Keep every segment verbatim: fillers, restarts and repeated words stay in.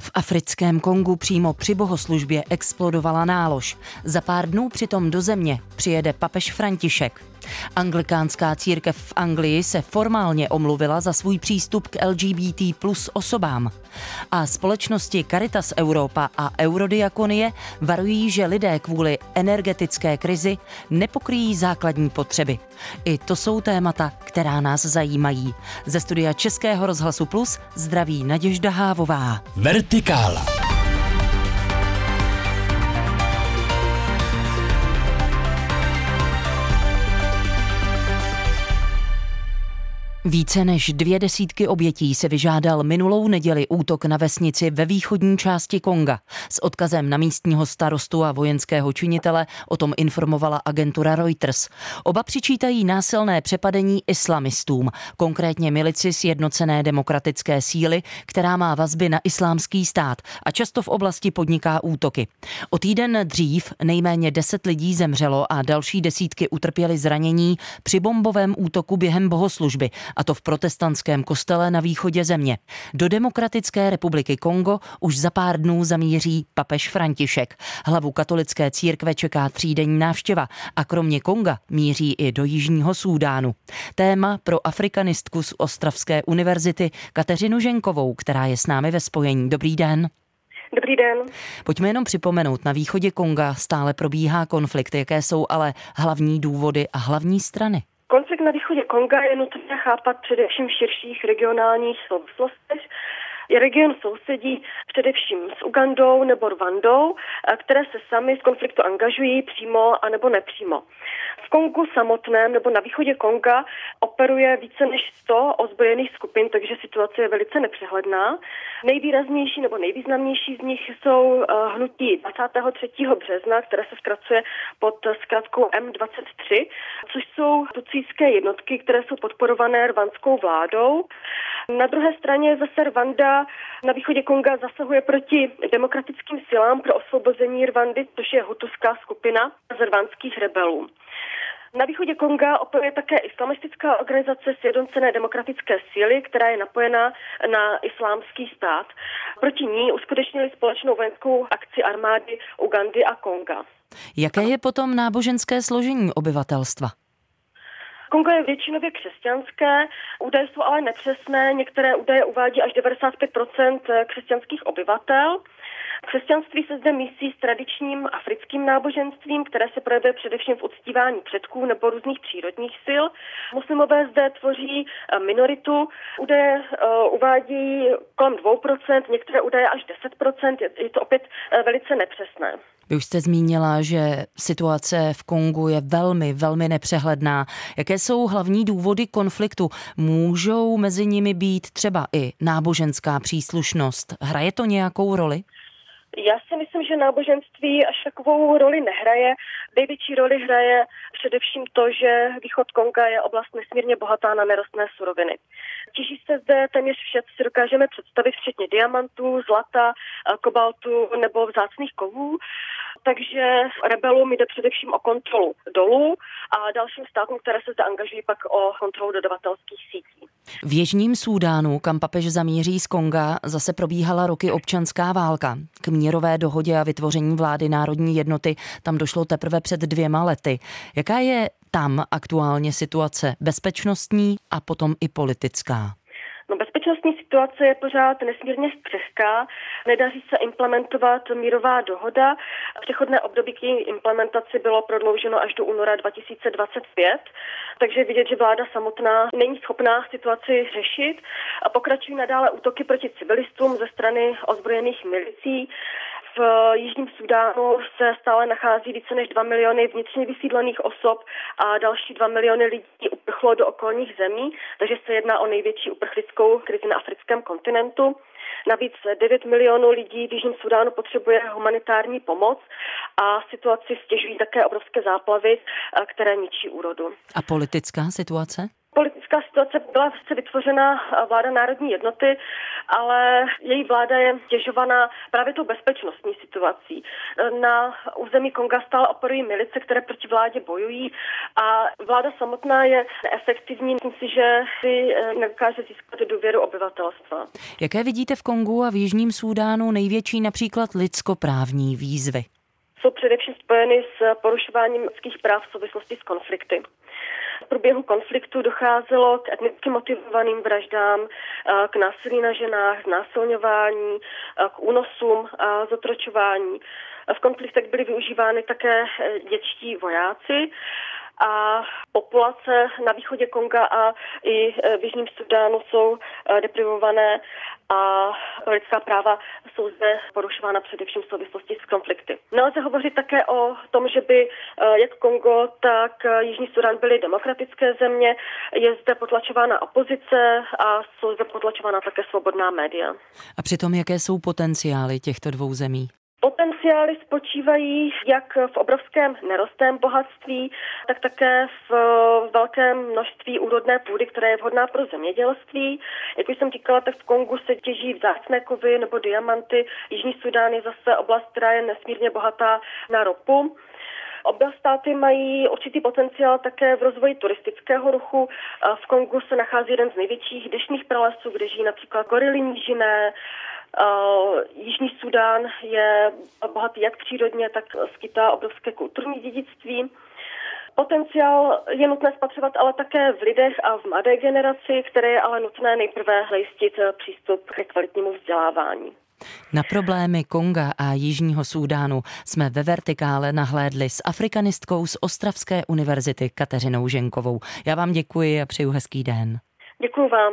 V africkém Kongu přímo při bohoslužbě explodovala nálož. Za pár dnů přitom do země přijede papež František. Anglikánská církev v Anglii se formálně omluvila za svůj přístup k L G B T plus osobám. A společnosti Caritas Europa a Eurodiakonie varují, že lidé kvůli energetické krizi nepokryjí základní potřeby. I to jsou témata, která nás zajímají. Ze studia Českého rozhlasu Plus zdraví Naděžda Hávová. Vertikála. Více než dvě desítky obětí se vyžádal minulou neděli útok na vesnici ve východní části Konga. S odkazem na místního starostu a vojenského činitele o tom informovala agentura Reuters. Oba přičítají násilné přepadení islamistům, konkrétně milici Sjednocené demokratické síly, která má vazby na islámský stát a často v oblasti podniká útoky. O týden dřív nejméně deset lidí zemřelo a další desítky utrpěly zranění při bombovém útoku během bohoslužby, a to v protestantském kostele na východě země. Do Demokratické republiky Kongo už za pár dnů zamíří papež František. Hlavu katolické církve čeká třídenní návštěva a kromě Konga míří i do Jižního Súdánu. Téma pro afrikanistku z Ostravské univerzity Kateřinu Ženkovou, která je s námi ve spojení. Dobrý den. Dobrý den. Pojďme jenom připomenout, na východě Konga stále probíhá konflikt. Jaké jsou ale hlavní důvody a hlavní strany? Konflikt na východě Konga je nutné chápat především v širších regionálních souvislostech. Region sousedí především s Ugandou nebo Rwandou, které se sami z konfliktu angažují přímo a nebo nepřímo. V Kongu samotném nebo na východě Konga operuje více než sto ozbrojených skupin, takže situace je velice nepřehledná. Nejvýraznější nebo nejvýznamnější z nich jsou hnutí dvacátého třetího března, které se zkracuje pod zkratkou M dvacet tři, což jsou tutsijské jednotky, které jsou podporované rwandskou vládou. Na druhé straně zase Rwanda na východě Konga zasahuje proti demokratickým silám pro osvobození Rwandy, což je hutuská skupina z rwandských rebelů. Na východě Konga operuje také islamistická organizace Sjednocené demokratické síly, která je napojena na islámský stát. Proti ní uskutečnili společnou vojenskou akci armády Ugandy a Konga. Jaké je potom náboženské složení obyvatelstva? Kongo je většinově křesťanské, údaje jsou ale nepřesné, některé údaje uvádí až devadesát pět procent křesťanských obyvatel. Křesťanství se zde mísí s tradičním africkým náboženstvím, které se projevuje především v uctívání předků nebo různých přírodních sil. Muslimové zde tvoří minoritu, údaje uh, uvádí kolem dvě procenta, některé údaje až deset procent, je, je to opět uh, velice nepřesné. Vy už jste zmínila, že situace v Kongu je velmi, velmi nepřehledná. Jaké jsou hlavní důvody konfliktu? Můžou mezi nimi být třeba i náboženská příslušnost? Hraje to nějakou roli? Já si myslím, že náboženství až takovou roli nehraje. Největší roli hraje především to, že východ Konga je oblast nesmírně bohatá na nerostné suroviny. Těží se zde téměř vše, co si dokážeme představit, včetně diamantů, zlata, kobaltu nebo vzácných kovů. Takže rebelům jde především o kontrolu dolů a dalším státům, které se zde angažují, pak o kontrolu dodavatelských sítí. V Jižním Súdánu, kam papež zamíří z Konga, zase probíhala roky občanská válka. K mírové dohodě a vytvoření vlády národní jednoty tam došlo teprve před dvěma lety. Jaká je tam aktuálně situace bezpečnostní a potom i politická? No, bezpečnostní situace je pořád nesmírně křehká, nedaří se implementovat mírová dohoda. Přechodné období k její implementaci bylo prodlouženo až do února dva tisíce dvacet pět, takže vidět, že vláda samotná není schopná situaci řešit a pokračují nadále útoky proti civilistům ze strany ozbrojených milicí. V Jižním Súdánu se stále nachází více než dva miliony vnitřně vysídlených osob a další dva miliony lidí uprchlo do okolních zemí, takže se jedná o největší uprchlickou krizi na africkém kontinentu. Navíc devět milionů lidí v Jižním Súdánu potřebuje humanitární pomoc a situaci stěžují také obrovské záplavy, které ničí úrodu. A politická situace? politická situace byla vytvořena vláda národní jednoty, ale její vláda je těžovaná právě tou bezpečnostní situací. Na území Konga stále operují milice, které proti vládě bojují a vláda samotná je neefektivní. Myslím si, že si nedokáže získat důvěru obyvatelstva. Jaké vidíte v Kongu a v Jižním Súdánu největší například lidskoprávní výzvy? Jsou především spojeny s porušováním lidských práv v souvislosti s konflikty. V průběhu konfliktu docházelo k etnicky motivovaným vraždám, k násilí na ženách, znásilňování, k únosům a zotročování. V konfliktech byly využívány také dětští vojáci a populace na východě Konga a i v Jižním Sudánu jsou deprivované a lidská práva jsou zde porušována především v souvislosti s konflikty. Nelze hovořit také o tom, že by jak Kongo, tak Jižní Sudán byly demokratické země. Je zde potlačována opozice a jsou zde potlačována také svobodná média. A přitom jaké jsou potenciály těchto dvou zemí? Potenciály spočívají jak v obrovském nerostném bohatství, tak také v velkém množství úrodné půdy, která je vhodná pro zemědělství. Jak už jsem říkala, tak v Kongu se těží vzácné kovy nebo diamanty. Jižní Sudán je zase oblast, která je nesmírně bohatá na ropu. Oba státy mají určitý potenciál také v rozvoji turistického ruchu. V Kongu se nachází jeden z největších deštných pralesů, kde žijí například gorily nížiné. Jižní Sudán je bohatý jak přírodně, tak skýtá obrovské kulturní dědictví. Potenciál je nutné spatřovat ale také v lidech a v mladé generaci, které je ale nutné nejprve zajistit přístup ke kvalitnímu vzdělávání. Na problémy Konga a Jižního Súdánu jsme ve Vertikále nahlédli s afrikanistkou z Ostravské univerzity Kateřinou Ženkovou. Já vám děkuji a přeju hezký den. Děkuji vám.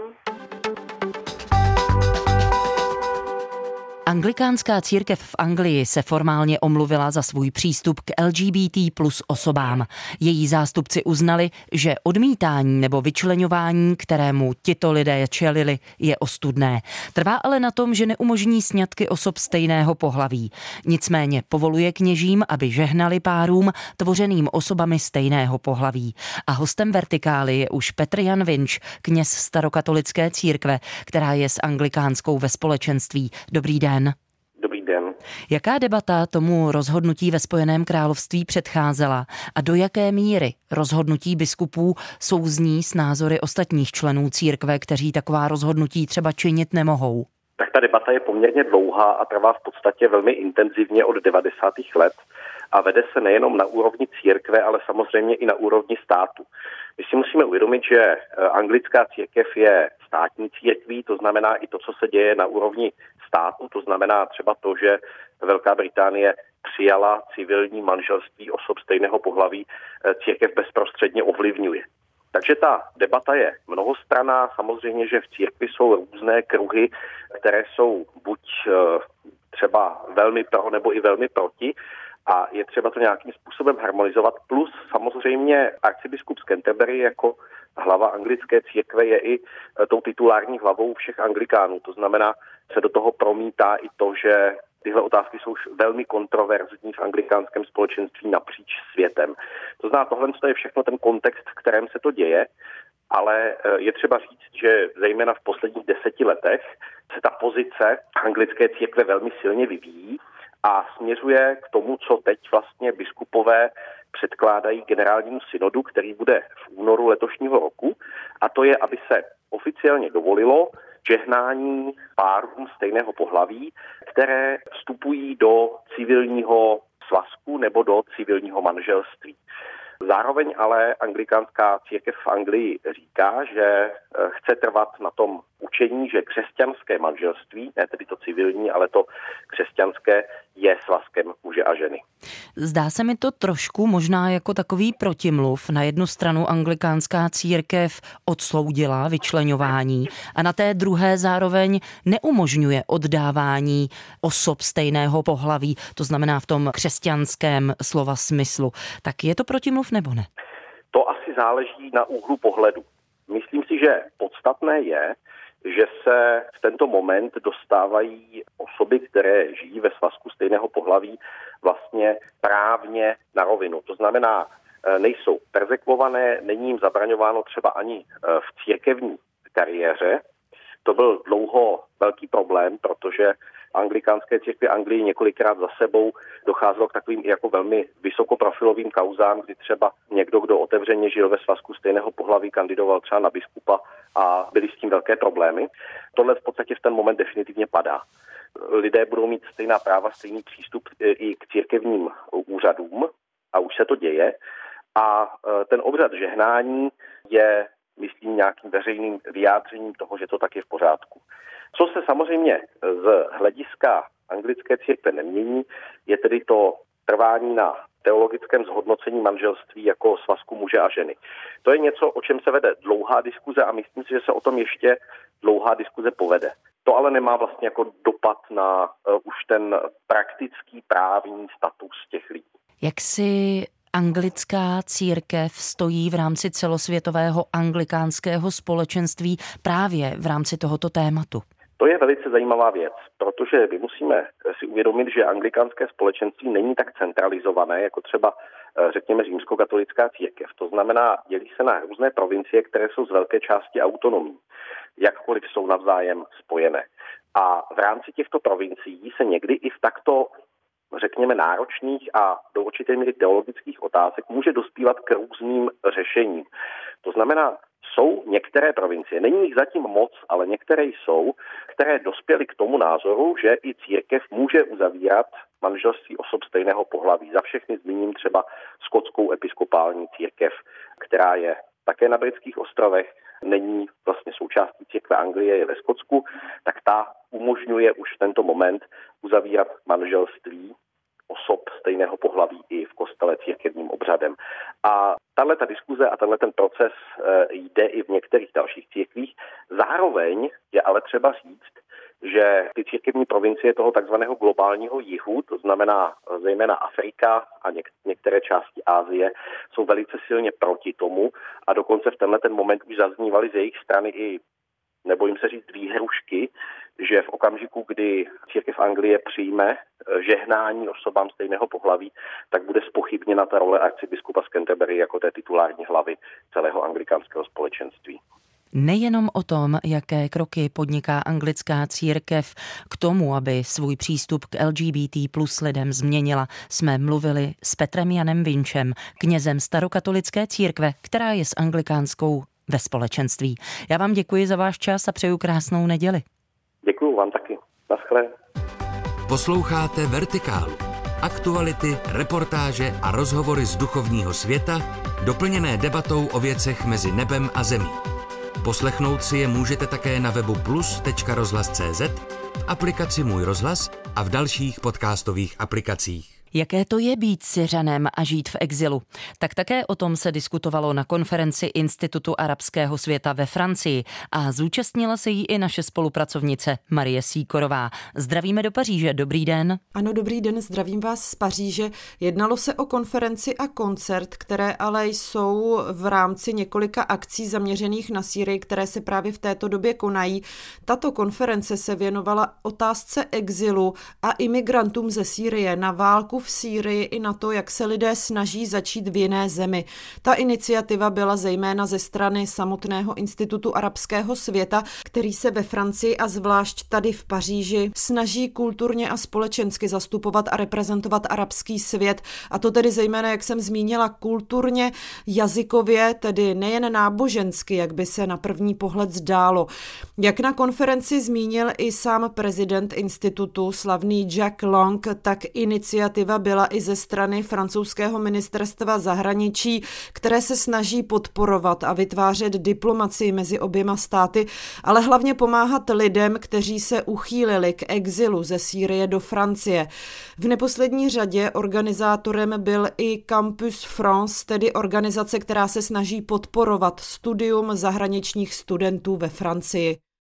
Anglikánská církev v Anglii se formálně omluvila za svůj přístup k L G B T plus osobám. Její zástupci uznali, že odmítání nebo vyčleňování, kterému tito lidé čelili, je ostudné. Trvá ale na tom, že neumožní sňatky osob stejného pohlaví. Nicméně povoluje kněžím, aby žehnali párům tvořeným osobami stejného pohlaví. A hostem Vertikály je už Petr Jan Vinč, kněz starokatolické církve, která je s anglikánskou ve společenství. Dobrý den. Dobrý den. Jaká debata tomu rozhodnutí ve Spojeném království předcházela a do jaké míry rozhodnutí biskupů souzní s názory ostatních členů církve, kteří taková rozhodnutí třeba činit nemohou? Tak ta debata je poměrně dlouhá a trvá v podstatě velmi intenzivně od devadesátých let a vede se nejenom na úrovni církve, ale samozřejmě i na úrovni státu. My si musíme uvědomit, že anglická církev je státní církví, to znamená i to, co se děje na úrovni státu, to znamená třeba to, že Velká Británie přijala civilní manželství osob stejného pohlaví, církev bezprostředně ovlivňuje. Takže ta debata je mnohostranná, samozřejmě, že v církvi jsou různé kruhy, které jsou buď třeba velmi pro nebo i velmi proti, a je třeba to nějakým způsobem harmonizovat. Plus samozřejmě arcibiskup z Canterbury jako hlava anglické církve je i tou titulární hlavou všech anglikánů. To znamená, se do toho promítá i to, že tyhle otázky jsou velmi kontroverzní v anglikánském společenství napříč světem. To znamená, tohle je všechno ten kontext, v kterém se to děje, ale je třeba říct, že zejména v posledních deseti letech se ta pozice anglické církve velmi silně vyvíjí a směřuje k tomu, co teď vlastně biskupové předkládají generálnímu synodu, který bude v únoru letošního roku, a to je, aby se oficiálně dovolilo žehnání párům stejného pohlaví, které vstupují do civilního svazku nebo do civilního manželství. Zároveň ale anglikánská církev v Anglii říká, že chce trvat na tom učení, že křesťanské manželství, ne tedy to civilní, ale to křesťanské, je svazkem muže a ženy. Zdá se mi to trošku možná jako takový protimluv. Na jednu stranu anglikánská církev odsoudila vyčleňování a na té druhé zároveň neumožňuje oddávání osob stejného pohlaví, to znamená v tom křesťanském slova smyslu. Tak je to protimluv nebo ne? To asi záleží na úhlu pohledu. Myslím si, že podstatné je, že se v tento moment dostávají osoby, které žijí ve svazku stejného pohlaví, vlastně právně na rovinu. To znamená, nejsou perzekvované, není jim zabraňováno třeba ani v církevní kariéře. To byl dlouho velký problém, protože anglikánské církvi Anglii několikrát za sebou docházelo k takovým jako velmi vysokoprofilovým kauzám, kdy třeba někdo, kdo otevřeně žil ve svazku stejného pohlaví, kandidoval třeba na biskupa a byly s tím velké problémy. Tohle v podstatě v ten moment definitivně padá. Lidé budou mít stejná práva, stejný přístup i k církevním úřadům a už se to děje. A ten obřad žehnání je, myslím, nějakým veřejným vyjádřením toho, že to tak je v pořádku. Co se samozřejmě z hlediska anglické církve nemění, je tedy to trvání na teologickém zhodnocení manželství jako svazku muže a ženy. To je něco, o čem se vede dlouhá diskuze a myslím si, že se o tom ještě dlouhá diskuze povede. To ale nemá vlastně jako dopad na uh, už ten praktický právní status těch lidí. Jak si anglická církev stojí v rámci celosvětového anglikánského společenství právě v rámci tohoto tématu? To je velice zajímavá věc, protože my musíme si uvědomit, že anglikánské společenství není tak centralizované, jako třeba, řekněme, římskokatolická církev. To znamená, dělí se na různé provincie, které jsou z velké části autonomní, jakkoliv jsou navzájem spojené. A v rámci těchto provincií se někdy i v takto, řekněme, náročných a do určité míry teologických otázek může dospívat k různým řešením. To znamená, jsou některé provincie, není jich zatím moc, ale některé jsou, které dospěly k tomu názoru, že i církev může uzavírat manželství osob stejného pohlaví. Za všechny zmíním třeba skotskou episkopální církev, která je také na Britských ostrovech, není vlastně součástí církve Anglie, je ve Skotsku, tak ta umožňuje už v tento moment uzavírat manželství osob stejného pohlaví i v kostele církevním obřadem. A tato diskuze a tenhle ten proces jde i v některých dalších církvích. Zároveň je ale třeba říct, že ty církevní provincie toho takzvaného globálního jihu, to znamená zejména Afrika a něk- některé části Asie, jsou velice silně proti tomu a dokonce v tenhle ten moment už zaznívaly z jejich strany i, nebojím se říct, výhrušky, že v okamžiku, kdy církev Anglie přijme žehnání osobám stejného pohlaví, tak bude zpochybněna ta role arcibiskupa z Canterbury jako té titulární hlavy celého anglikánského společenství. Nejenom o tom, jaké kroky podniká anglická církev k tomu, aby svůj přístup k L G B T plus lidem změnila, jsme mluvili s Petrem Janem Vinčem, knězem starokatolické církve, která je s anglikánskou ve společenství. Já vám děkuji za váš čas a přeju krásnou neděli. Děkuji vám taky. Naschle. Posloucháte Vertikálu. Aktuality, reportáže a rozhovory z duchovního světa, doplněné debatou o věcech mezi nebem a zemí. Poslechnout si je můžete také na webu plus tečka rozhlas tečka cé zet, v aplikaci Můj rozhlas a v dalších podcastových aplikacích. Jaké to je být Syřanem a žít v exilu? Tak také o tom se diskutovalo na konferenci Institutu arabského světa ve Francii a zúčastnila se jí i naše spolupracovnice Marie Síkorová. Zdravíme do Paříže, dobrý den. Ano, dobrý den, zdravím vás z Paříže. Jednalo se o konferenci a koncert, které ale jsou v rámci několika akcí zaměřených na Sýrii, které se právě v této době konají. Tato konference se věnovala otázce exilu a imigrantům ze Sýrie na válku v Sýrii i na to, jak se lidé snaží začít v jiné zemi. Ta iniciativa byla zejména ze strany samotného Institutu arabského světa, který se ve Francii a zvlášť tady v Paříži snaží kulturně a společensky zastupovat a reprezentovat arabský svět. A to tedy zejména, jak jsem zmínila, kulturně, jazykově, tedy nejen nábožensky, jak by se na první pohled zdálo. Jak na konferenci zmínil i sám prezident institutu, slavný Jack Lang, tak iniciativa byla i ze strany francouzského ministerstva zahraničí, které se snaží podporovat a vytvářet diplomacii mezi oběma státy, ale hlavně pomáhat lidem, kteří se uchýlili k exilu ze Sýrie do Francie. V neposlední řadě organizátorem byl i Campus France, tedy organizace, která se snaží podporovat studium zahraničních studentů ve Francii.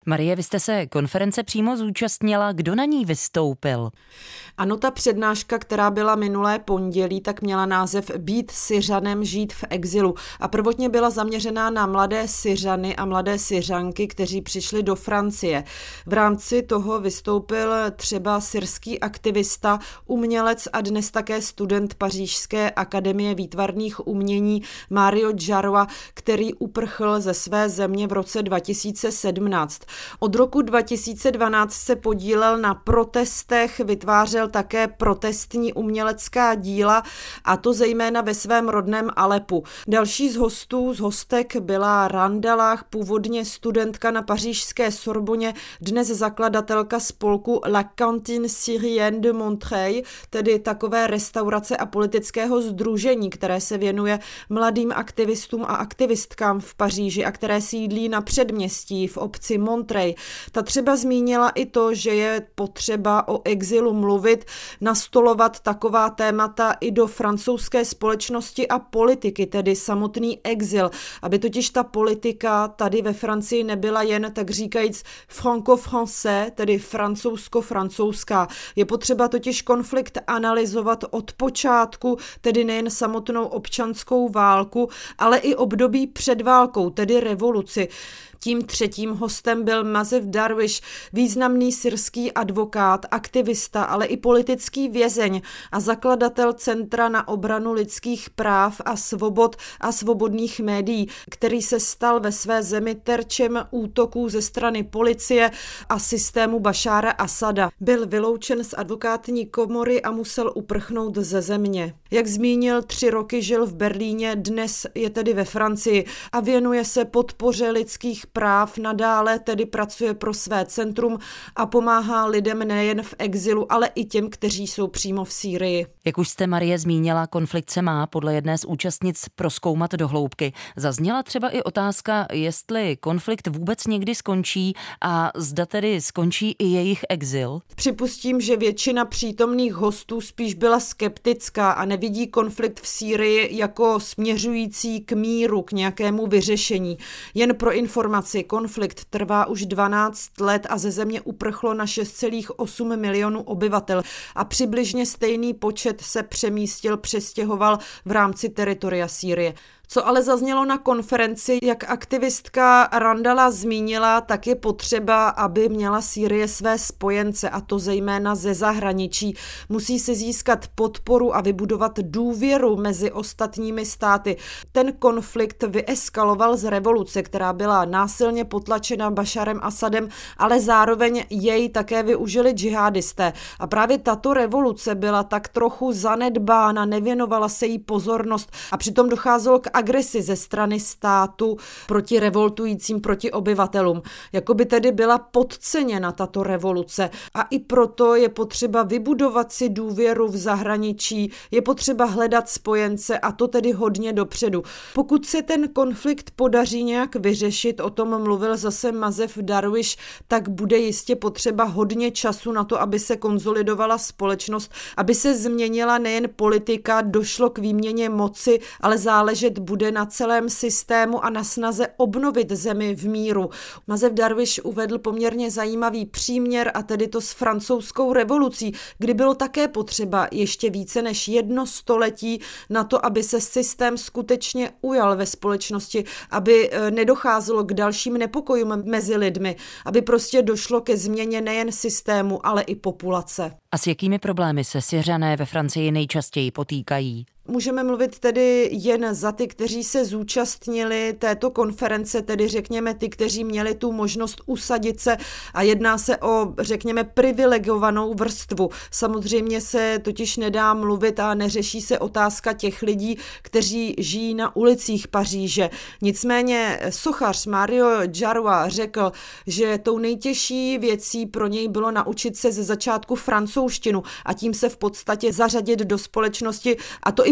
Marie, vy jste se konference přímo zúčastnila. Kdo na ní vystoupil? Ano, ta přednáška, která byla minulé pondělí, tak měla název Být Syřanem, žít v exilu. A prvotně byla zaměřená na mladé Syřany a mladé Syřanky, kteří přišli do Francie. V rámci toho vystoupil třeba syrský aktivista, umělec a dnes také student Pařížské akademie výtvarných umění Mario Jarroa, který uprchl ze své země v roce dva tisíce sedmnáct. Od roku dva tisíce dvanáct se podílel na protestech, vytvářel také protestní umělecká díla, a to zejména ve svém rodném Alepu. Další z hostů, z hostek byla Randallah, původně studentka na pařížské Sorboně, dnes zakladatelka spolku La Cantine Syrienne de Montreuil, tedy takové restaurace a politického sdružení, které se věnuje mladým aktivistům a aktivistkám v Paříži a které sídlí na předměstí v obci Montreuil. Ta třeba zmínila i to, že je potřeba o exilu mluvit, nastolovat taková témata i do francouzské společnosti a politiky, tedy samotný exil, aby totiž ta politika tady ve Francii nebyla jen, tak říkajíc, franco-français, tedy francouzsko-francouzská. Je potřeba totiž konflikt analyzovat od počátku, tedy nejen samotnou občanskou válku, ale i období před válkou, tedy revoluci. Tím třetím hostem byl Mazef Darwish, významný syrský advokát, aktivista, ale i politický vězeň a zakladatel Centra na obranu lidských práv a svobod a svobodných médií, který se stal ve své zemi terčem útoků ze strany policie a systému Bašára Asada. Byl vyloučen z advokátní komory a musel uprchnout ze země. Jak zmínil, tři roky žil v Berlíně, dnes je tedy ve Francii a věnuje se podpoře lidských práv, nadále tedy pracuje pro své centrum a pomáhá lidem nejen v exilu, ale i těm, kteří jsou přímo v Sýrii. Jak už jste, Marie, zmínila, konflikt se má podle jedné z účastnic prozkoumat do hloubky. Zazněla třeba i otázka, jestli konflikt vůbec někdy skončí a zda tedy skončí i jejich exil? Připustím, že většina přítomných hostů spíš byla skeptická a nevidí konflikt v Sýrii jako směřující k míru, k nějakému vyřešení. Jen pro informaci, konflikt trvá už dvanáct let a ze země uprchlo na šest celá osm milionů obyvatel a přibližně stejný počet se přemístil, přestěhoval v rámci teritoria Sýrie. Co ale zaznělo na konferenci, jak aktivistka Randallah zmínila, tak je potřeba, aby měla Sýrie své spojence, a to zejména ze zahraničí. Musí se získat podporu a vybudovat důvěru mezi ostatními státy. Ten konflikt vyeskaloval z revoluce, která byla násilně potlačena Bašarem Asadem, ale zároveň jej také využili džihadisté. A právě tato revoluce byla tak trochu zanedbána, nevěnovala se jí pozornost a přitom docházelo k agresi ze strany státu proti revoltujícím, proti obyvatelům. Jakoby tedy byla podceněna tato revoluce a i proto je potřeba vybudovat si důvěru v zahraničí, je potřeba hledat spojence a to tedy hodně dopředu. Pokud se ten konflikt podaří nějak vyřešit, o tom mluvil zase Mazef Darwish, tak bude jistě potřeba hodně času na to, aby se konzolidovala společnost, aby se změnila nejen politika, došlo k výměně moci, ale záležet bude na celém systému a na snaze obnovit zemi v míru. Mazef Darwish uvedl poměrně zajímavý příměr, a tedy to s francouzskou revolucí, kdy bylo také potřeba ještě více než jedno století na to, aby se systém skutečně ujal ve společnosti, aby nedocházelo k dalším nepokojům mezi lidmi, aby prostě došlo ke změně nejen systému, ale i populace. A s jakými problémy se Syřané ve Francii nejčastěji potýkají? Můžeme mluvit tedy jen za ty, kteří se zúčastnili této konference, tedy řekněme ty, kteří měli tu možnost usadit se, a jedná se o, řekněme, privilegovanou vrstvu. Samozřejmě se totiž nedá mluvit a neřeší se otázka těch lidí, kteří žijí na ulicích Paříže. Nicméně sochař Mario Jarroa řekl, že tou nejtěžší věcí pro něj bylo naučit se ze začátku francouzštinu a tím se v podstatě zařadit do společnosti, a to i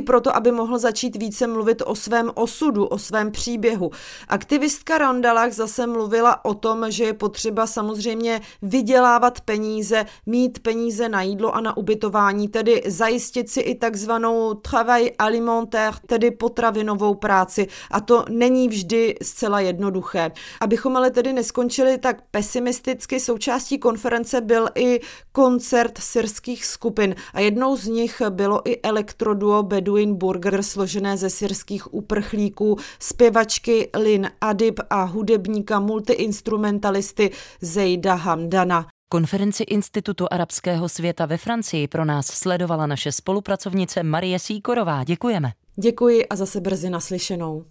proto, aby mohl začít více mluvit o svém osudu, o svém příběhu. Aktivistka Randalach zase mluvila o tom, že je potřeba samozřejmě vydělávat peníze, mít peníze na jídlo a na ubytování, tedy zajistit si i takzvanou travail alimentaire, tedy potravinovou práci. A to není vždy zcela jednoduché. Abychom ale tedy neskončili tak pesimisticky, součástí konference byl i koncert syrských skupin a jednou z nich bylo i elektroduo Bedouin Burger složené ze syrských uprchlíků, zpěvačky Lin Adib a hudebníka multiinstrumentalisty Zejda Hamdana. Konferenci Institutu arabského světa ve Francii pro nás sledovala naše spolupracovnice Marie Sýkorová. Děkujeme. Děkuji a zase brzy naslyšenou.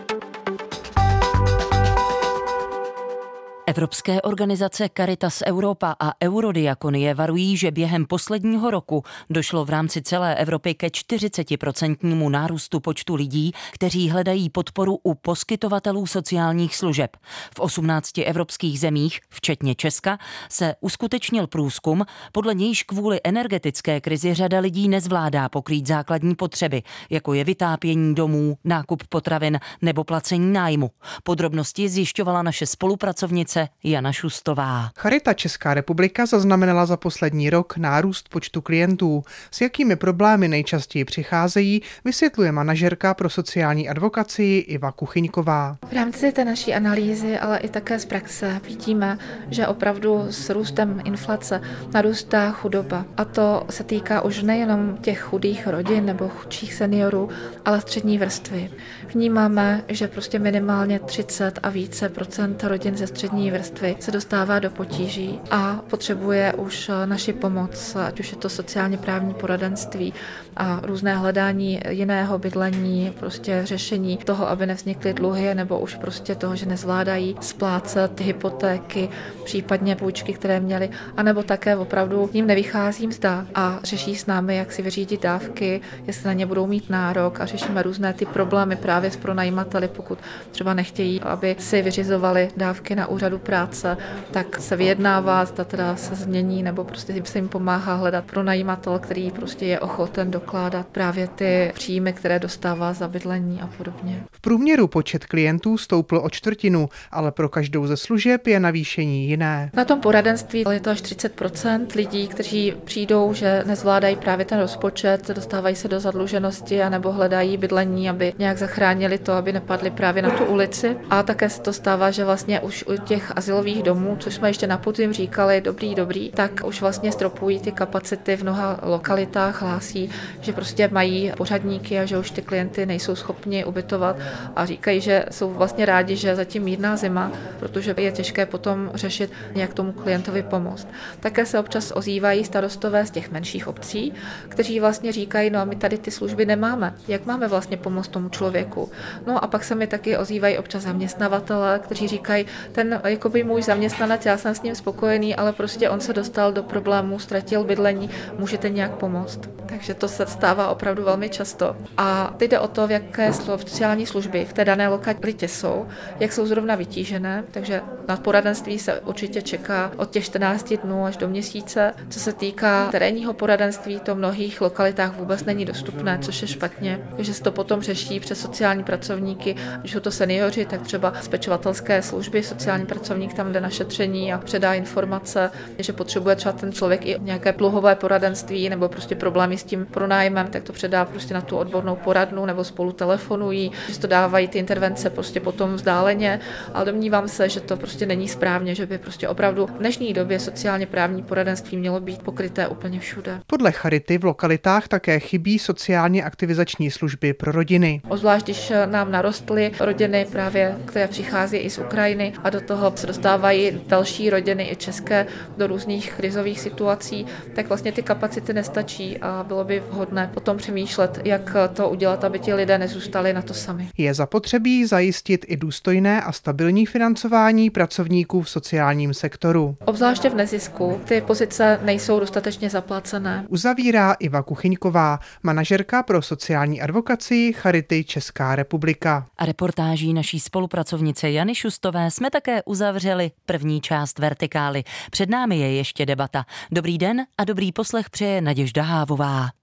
Evropské organizace Caritas Europa a Eurodiakonie varují, že během posledního roku došlo v rámci celé Evropy ke čtyřicetiprocentnímu nárůstu počtu lidí, kteří hledají podporu u poskytovatelů sociálních služeb. V osmnácti evropských zemích, včetně Česka, se uskutečnil průzkum, podle nějž kvůli energetické krizi řada lidí nezvládá pokrýt základní potřeby, jako je vytápění domů, nákup potravin nebo placení nájmu. Podrobnosti zjišťovala naše spolupracovnice Jana Šustová. Charita Česká republika zaznamenala za poslední rok nárůst počtu klientů. S jakými problémy nejčastěji přicházejí, vysvětluje manažerka pro sociální advokacii Iva Kuchyňková. V rámci té naší analýzy, ale i také z praxe vidíme, že opravdu s růstem inflace narůstá chudoba. A to se týká už nejenom těch chudých rodin nebo chudších seniorů, ale střední vrstvy. Vnímáme, že prostě minimálně třicet a více procent rodin ze střední vrstvy se dostává do potíží a potřebuje už naši pomoc, ať už je to sociálně právní poradenství a různé hledání jiného bydlení, prostě řešení toho, aby nevznikly dluhy, nebo už prostě toho, že nezvládají splácet hypotéky, případně půjčky, které měli, anebo také opravdu jim nevychází mzda a řeší s námi, jak si vyřídit dávky, jestli na ně budou mít nárok a řešíme různé ty problémy právě s pronajímateli, pokud třeba nechtějí, aby si vyřizovali dávky na úřadu práce, tak se vyjednává, zda teda se změní, nebo prostě se jim pomáhá hledat pronajímatel, který prostě je ochoten dokládat právě ty příjmy, které dostává za bydlení a podobně. V průměru počet klientů stoupl o čtvrtinu, ale pro každou ze služeb je navýšení jiné. Na tom poradenství je to až třicet procent lidí, kteří přijdou, že nezvládají právě ten rozpočet, dostávají se do zadluženosti anebo hledají bydlení, aby nějak zachránili to, aby nepadli právě na tu ulici. A také se to stává, že vlastně už u těch azylových domů, což jsme ještě na podzim říkali, dobrý, dobrý, tak už vlastně stropují ty kapacity v mnoha lokalitách, hlásí, že prostě mají pořadníky a že už ty klienty nejsou schopni ubytovat a říkají, že jsou vlastně rádi, že zatím mírná zima, protože je těžké potom řešit, jak tomu klientovi pomoct. Také se občas ozývají starostové z těch menších obcí, kteří vlastně říkají, no a my tady ty služby nemáme, jak máme vlastně pomoct tomu člověku. No a pak se mi taky ozývají občas zaměstnavatelé, kteří říkají, ten jakoby můj zaměstnanec, já jsem s ním spokojený, ale prostě on se dostal do problémů, ztratil bydlení, můžete nějak pomoct. Takže to se stává opravdu velmi často. A teď jde o to, v jaké sociální služby v té dané lokalitě jsou, jak jsou zrovna vytížené, takže na poradenství se určitě čeká od těch čtrnácti dnů až do měsíce. Co se týká terénního poradenství, to v mnohých lokalitách vůbec není dostupné, což je špatně, takže se to potom řeší přes sociální pracovníky, když jsou to seniori, tak třeba z pečovatelské služby sociální pracovník tam jde na šetření a předá informace, že potřebuje třeba ten člověk i nějaké dluhové poradenství nebo prostě problémy s tím pronájmem, tak to předá prostě na tu odbornou poradnu nebo spolu telefonují, že to dávají ty intervence prostě potom vzdáleně, ale domnívám se, že to prostě není správně, že by prostě opravdu v dnešní době sociálně právní poradenství mělo být pokryté úplně všude. Podle Charity v lokalitách také chybí sociálně aktivizační služby pro rodiny. Obzvlášť, když nám narostly rodiny právě, které přichází i z Ukrajiny a do toho se dostávají další rodiny i české do různých krizových situací, tak vlastně ty kapacity nestačí a bylo by vhodné potom přemýšlet, jak to udělat, aby ti lidé nezůstali na to sami. Je zapotřebí zajistit i důstojné a stabilní financování pracovníků v sociálním sektoru. Obzvláště v nezisku ty pozice nejsou dostatečně zaplacené. Uzavírá Iva Kuchyňková, manažerka pro sociální advokacii Charity Česká republika. A reportáží naší spolupracovnice Jany Šustové jsme také uzavřeli první část Vertikály. Před námi je ještě debata. Dobrý den a dobrý poslech přeje Naděžda Hávová.